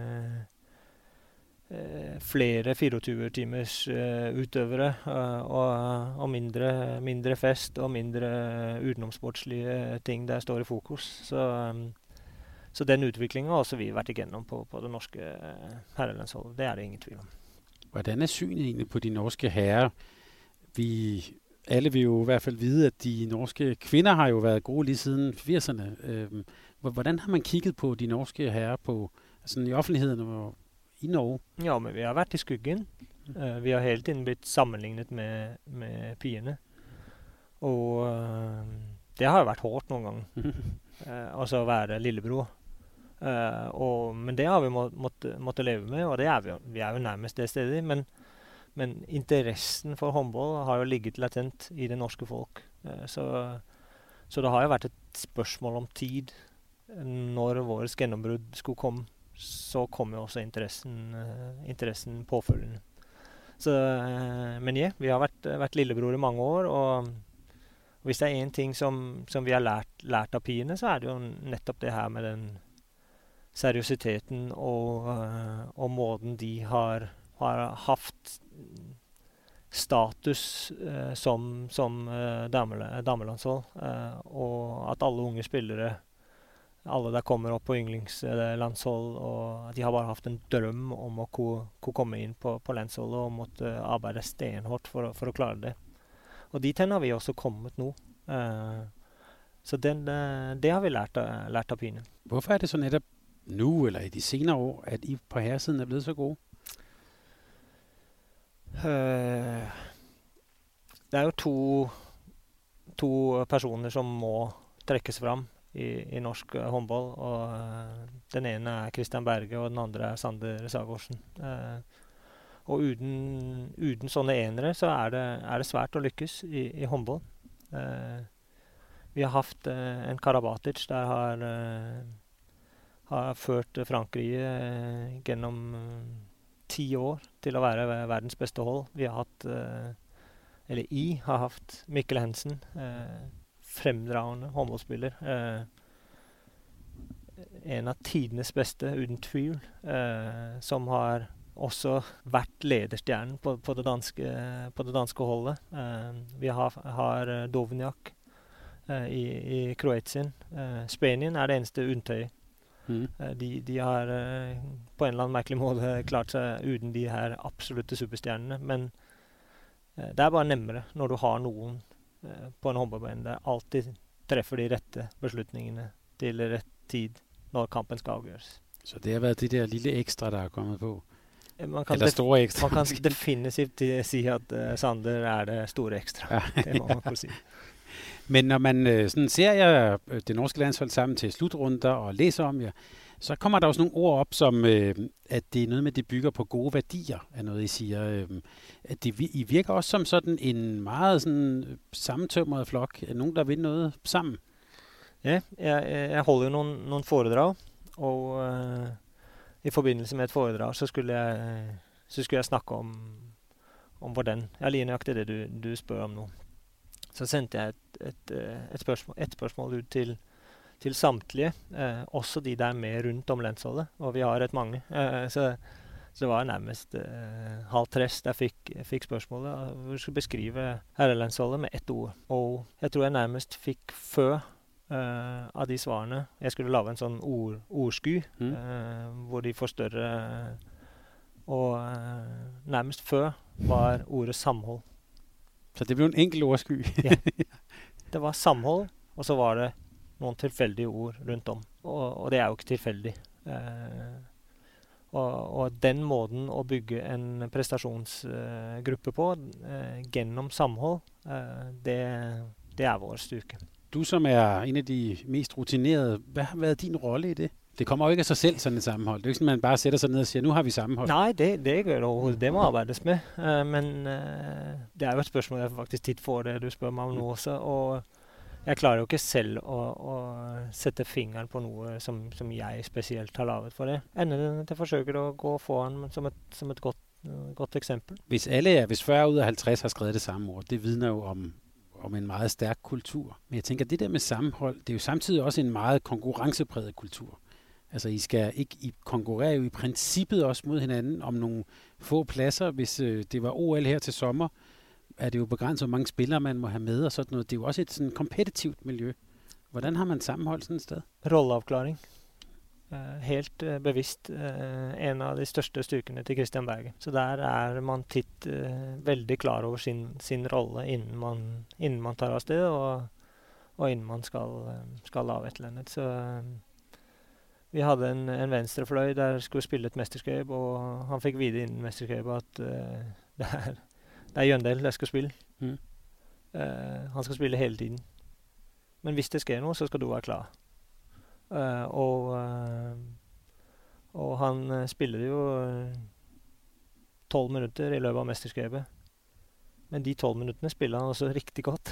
flere 24-timers utøvere, og mindre fest og mindre utenomsportslige ting der står i fokus. Så den utviklingen har også vi vært igjennom på det norske herrelandsholdet. Det er det ingen tvil om. Hvordan er synet egentlig på de norske herrer? Alle vil jo i hvert fald vide, at de norske kvinder har jo været gode lige siden 80'erne. Hvordan har man kigget på de norske herrer på, altså i offentligheden og i Norge? Ja, men vi har vært i skyggen. Vi har hele tiden blitt sammenlignet med pigerne. Og det har jo vært hårdt noen ganger. Altså å være lillebror. Men det har vi måttet leve med, og det er vi er jo nærmest det stedet. Men interessen for håndball har jo ligget latent i det norske folk. Så det har jo vært et spørsmål om tid. Når vårt gjennombrudd skulle komme, så kom jo også interessen påfølgende. Men ja, vi har vært lillebror i mange år, og hvis det er en ting som vi har lært av pigene, så er det jo nettopp det her med den seriøsiteten og måten de har haft status som damelandshold, og at alle unge spillere, alle der kommer opp på yndlingslandshold, og de har bare haft en drøm om å komme inn på landsholdet og måtte arbeide stenhårt for å klare det. Og dit hen har vi også kommet nå. Så det har vi lært av pigene. Hvorfor er det så netop nu, eller i de senere år, at I på herresiden er blevet så gode? Det er jo to personer som må trekkes fram i norsk håndball, og den ene er Christian Berge, og den andre er Sander Sagårdsen. Og uten sånne enere så er det svært å lykkes i håndball. Vi har haft en Karabatic der har ført Frankrike gjennom 10 år til å være verdens beste hold. Vi har haft Mikkel Hansen, fremdragende håndballspiller. En av tidenes beste, uten tvil, som har også vært lederstjernen på det danske holdet. Vi har Dovniak i Kroatien. Spanien er det eneste unntaket. De har på en eller annen merkelig måte klart seg uten de her absolutte superstjernene, men Det er bare nemmere når du har noen på en håndballbane der alltid treffer de rette beslutningene til rett tid når kampen skal afgøres. Så det har været det der lille ekstra, der er kommet på? Man kan, eller store ekstra? Man kan definitivt si at Sander er det store ekstra. Ja. Det må man kunne sige. Men når man sådan ser jer det norske landshold sammen til slutrunder og læser om jer, så kommer der også nogle ord op, som at det er noget med, at det bygger på gode værdier, er noget, I siger. At I virker også som sådan en meget sådan sammentømret flok. Nogen, der vil noget sammen. Ja, jeg holder jo nogle foredrag, og i forbindelse med et foredrag, så skulle jeg snakke om hvordan, jeg lige nøjagtigt det, du spørger om nu. Så sendte jeg et spørsmål ut til samtlige, også de der med rundt om landsholdet, og vi har ret mange. Så det var nærmest halv tres der fikk spørsmålet, hvor jeg skulle beskrive herrelandsholdet med ett ord. Og jeg tror jeg nærmest fikk før av de svarene. Jeg skulle lave en sånn ordsky, hvor de får større, og nærmest før var ordet samhold. Så det blev en enkelt ordsky? Ja, det var samhold, og så var det nogle tilfældige ord rundt om. Og det er jo ikke tilfældig. Og den måten å bygge en prestasjonsgruppe på, gennem samhold, det er vores styrke. Du som er en af de mest rutinerede, hvad har været din rolle i det? Det kommer jo ikke af sig selv, sådan et sammenhold. Det er jo ikke sådan, at man bare sætter sig ned og siger, nu har vi sammenhold. Nej, det gør det overhovedet. Det må arbejdes med. Men det er jo et spørgsmål, jeg faktisk tit får det, du spørger mig om nu også. Og jeg klarer jo ikke selv å sette fingeren på noe som jeg spesielt har lavet for det. Enden til forsøker å gå foran som et godt eksempel. Hvis 40 ud af 50 har skrevet det samme ord, det vidner jo om en meget stærk kultur. Men jeg tænker, det der med sammenhold, det er jo samtidig også en meget konkurrencepræget kultur. Altså, I konkurrerer jo i princippet også mod hinanden om nogle få pladser. Hvis det var OL her til sommer, er det jo begrænset, hvor mange spillere man må have med og sådan noget. Det er jo også et sådan kompetitivt miljø. Hvordan har man sammenholdt sådan et sted? Rolleafklaring. Helt bevidst en av de største styrkene til Christian Berge. Så der er man tit veldig klar over sin rolle inden man tar av sted, og inden man skal lave et eller andet. Så vi hadde en venstrefløy der skulle spille et mesterskab, og han fikk vide innen mesterskabet at det er Jøndel der skal spille. Han skal spille hele tiden. Men hvis det sker noe, så skal du være klar. Og han spiller jo 12 minutter i løpet av mesterskapet. Men de 12 minuttene spiller han også riktig godt.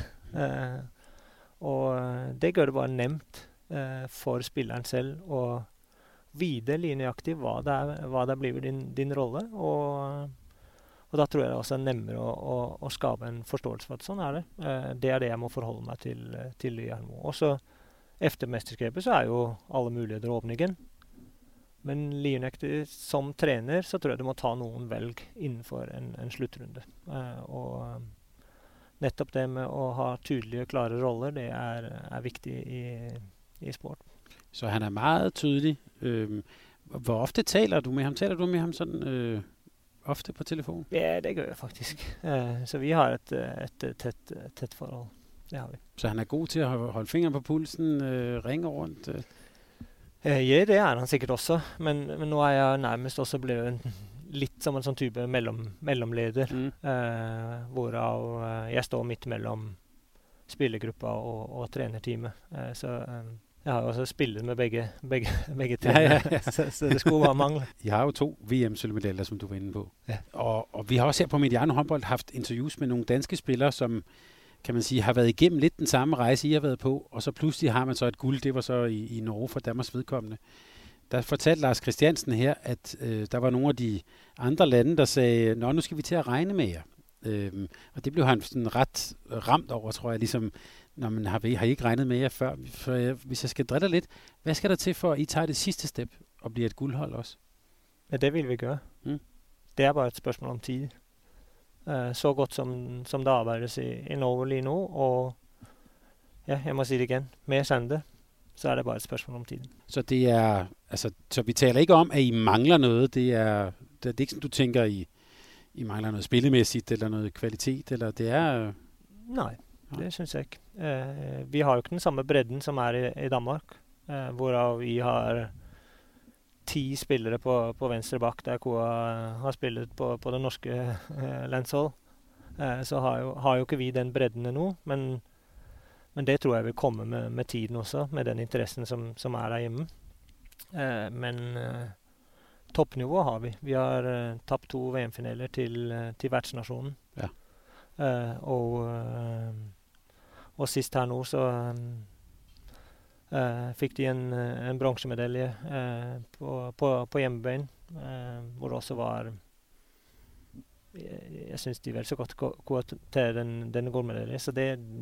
Og det gjør det bare nemt for spilleren selv å vite linjeaktig hva det blir din rolle. Og da tror jeg det også er nemmere å skape en forståelse for at sånn er det. Det er det jeg må forholde meg til i Jarmo. Og så efter mesterskapet så er jo alle muligheter åpne igjen. Men linjeaktig som trener så tror jeg du må ta noen velg innenfor en sluttrunde. Og nettopp det med å ha tydelige, klare roller, det er viktig i sport. Så han er meget tydelig. Hvor ofte taler du med ham? Taler du med ham sådan ofte på telefon? Ja, det gør jeg faktisk. Så vi har et tæt forhold. Det har vi. Så han er god til at holde fingeren på pulsen, ringe rundt? Ja, det er han sikkert også. Men nå er jeg nærmest også blevet litt som en sånn type mellomleder, hvorav jeg står midt mellom spillergruppa og trenerteamet. Så jeg har jo også spillet med begge trenere, ja. Så det skulle bare mangle. I har jo 2 VM-sølvmedaljer, som du var inde på. Ja. Og vi har også her på Mediano Håndbold haft interviews med nogle danske spillere, som kan man sige, har været igennem lidt den samme rejse, I har været på, og så pludselig har man så et guld, det var så i Norge for Danmarks vedkommende. Der fortalte Lars Christiansen her, at der var nogle af de andre lande, der sagde, nu skal vi til at regne med jer. Og det blev han sådan ret ramt over, tror jeg, ligesom, har I ikke regnet med jer før? For hvis jeg skal drille lidt, hvad skal der til for, at I tager det sidste step og bliver et guldhold også? Ja, det vil vi gøre. Det er bare et spørgsmål om tid. Så godt som det arbejdes i Norge lige nu, og ja, jeg må sige det igen, med Sander, så er det bare et spørgsmål om tiden. Så det er, altså, så vi taler ikke om, at I mangler noget, det er ikke sådan, du tænker, I I mangler noget spillemæssigt eller noget kvalitet, eller det er... Nej, det synes jeg ikke. Vi har jo ikke den samme bredden som i Danmark, hvorav vi har 10 spillere på venstre bak, der Koa har spillet på det norske landshold. Så har jo ikke vi den bredden endnu, men det tror jeg vil komme med tiden også, med den interessen som der hjemme. Men toppnivå har vi. Vi har tabt 2 VM-finaler til vertsnasjonen. Ja. Og sist her nå så fikk de en bronsemedalje på hjemmebane, hvor det også var... Jeg synes de vel så godt går til den gullmedalje, så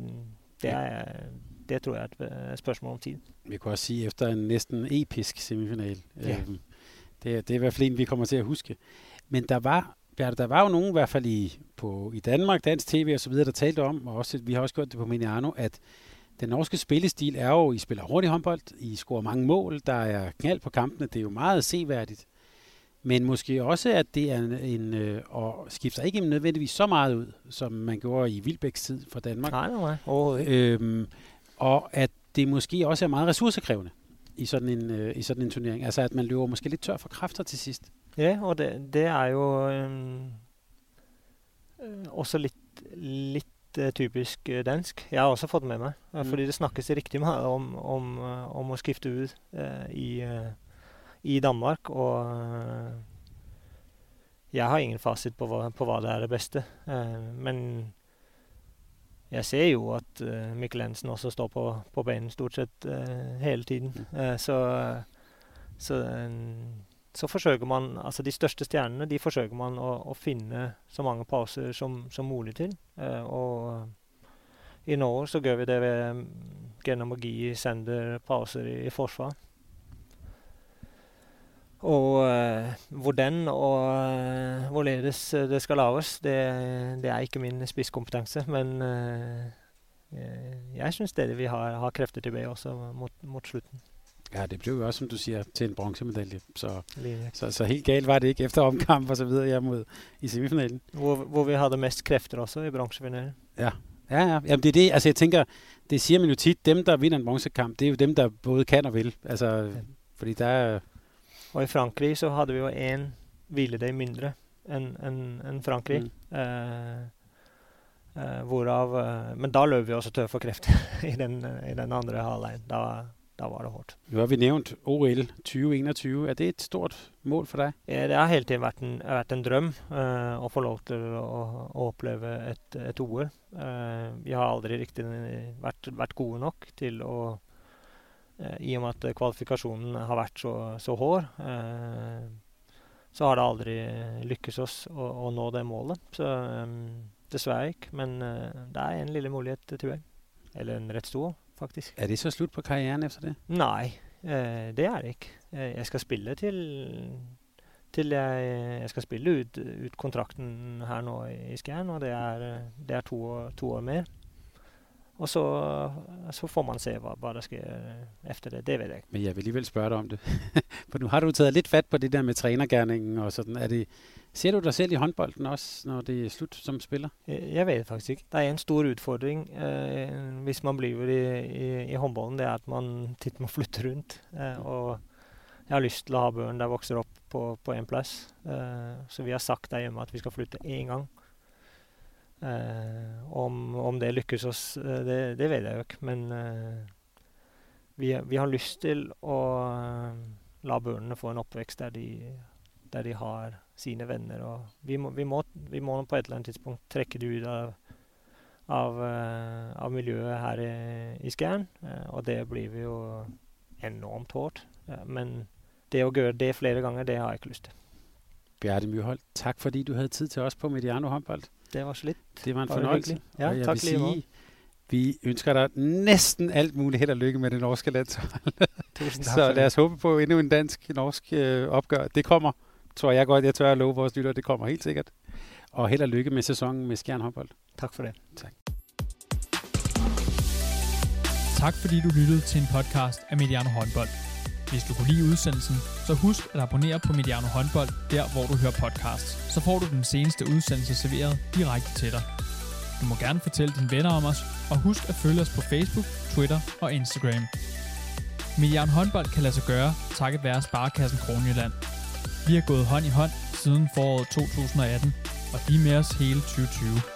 det tror jeg er et spørgsmål om tid. Vi kan også sige, efter en næsten episk semifinal. Ja. Det er i hvert fald en, vi kommer til at huske. Men der var jo nogen, i hvert fald i Danmark, dansk tv og så videre, der talte om, og også, vi har også gjort det på Mediano, at den norske spillestil er jo, I spiller hurtigt håndbold, I scorer mange mål, der er knald på kampene, det er jo meget seværdigt. Men måske også, at det er og skifter ikke nødvendigvis så meget ud, som man gjorde i Wilbæks tid for Danmark. Nej, overhovedet ikke. Og at det måske også er meget ressourcekrævende i sådan en turnering. Altså, at man løber måske lidt tør for kræfter til sidst. Ja, og det er jo også lidt typisk dansk. Jeg har også fått med meg, fordi det snakkes riktig meget om å skifte ut i Danmark, og jeg har ingen fasit på hva det er det beste. Men jeg ser jo at Mikkel Hansen også står på banen stort sett hele tiden. Så forsøker man, altså de største stjernene, de forsøker man å finne så mange pauser som mulig til. Og i Norge så gjør vi det ved gjennom å gi Sander pauser i forsvar. Og hvordan og hvorledes det skal laves, det er ikke min spisskompetanse, men jeg synes det vi har krefter tilbage også mot slutten. Ja, det blev jo også, som du siger, til en bronzemedalje. Så helt galt var det ikke efter omkamp og så videre i semifinalen. Hvor vi havde mest kræfter også i bronzefinalen. Ja. Jamen det er det. Altså jeg tænker, det siger man jo tit, dem der vinder en bronzekamp, det er jo dem, der både kan og vil. Altså, fordi der er... Og i Frankrig så havde vi jo en hviledag mindre end Frankrig. Men da løb vi også tør for kræfter i den andre halvlejen. Der var det hårdt. Nu har vi nævnt OL 2021. Er det et stort mål for dig? Ja, det har hele tiden vært en drøm å få lov til å oppleve et OL. Vi har aldri riktig vært gode nok til å, i og med at kvalifikasjonen har vært så hård, så har det aldri lykkes oss å nå det målet. Så dessverre ikke, men det er en lille mulighet tilbake. Eller en rett stor, faktisk. Er det så slut på karrieren efter det? Nej, det er det ikke. Jeg skal spille til jeg skal spille ut kontrakten her nå i Skjern, og det er 2 år mer. Og så får man se hva der sker efter det. Det ved jeg ikke. Men jeg vil alligevel spørge dig om det. For nu har du taget lidt fat på det der med trænergerningen og sådan. Ser du dig selv i håndbolden også, når det er slut som spiller? Jeg ved faktisk ikke. Det er en stor udfordring, hvis man bliver i håndbolden, det er at man tit må flytte rundt. Og jeg har lyst til at have børn, der vokser op på en plads. Så vi har sagt derhjemme, at vi skal flytte en gang. Om det lykkes oss, det ved jeg jo ikke, men vi har lyst til å la børnene få en oppvekst der de har sine venner, og vi må på et eller annet tidspunkt trekke det ut av miljøet her i Skjern, og det blir vi jo enormt hårdt, men det å gjøre det flere ganger, det har jeg ikke lyst til. Bjarte Myrholt, tak fordi du havde tid til os på Mediano Håndbold. Det var så lidt. Det var en fornøjelse. Ja, og jeg tak vil sige, vi ønsker dig næsten alt muligt held og lykke med det norske landshold. Så lad os håbe på endnu en dansk-norsk opgør. Det kommer, tror jeg godt, jeg tør at love vores lyttere, det kommer helt sikkert. Og held og lykke med sæsonen med Skjern Håndbold. Tak for det. Tak. Tak fordi du lyttede til en podcast af Mediano Håndbold. Hvis du kunne lide udsendelsen, så husk at abonnere på Mediano Håndbold, der hvor du hører podcasts. Så får du den seneste udsendelse serveret direkte til dig. Du må gerne fortælle dine venner om os, og husk at følge os på Facebook, Twitter og Instagram. Mediano Håndbold kan lade sig gøre, takket være Sparekassen Kronjylland. Vi har gået hånd i hånd siden foråret 2018, og de er med os hele 2020.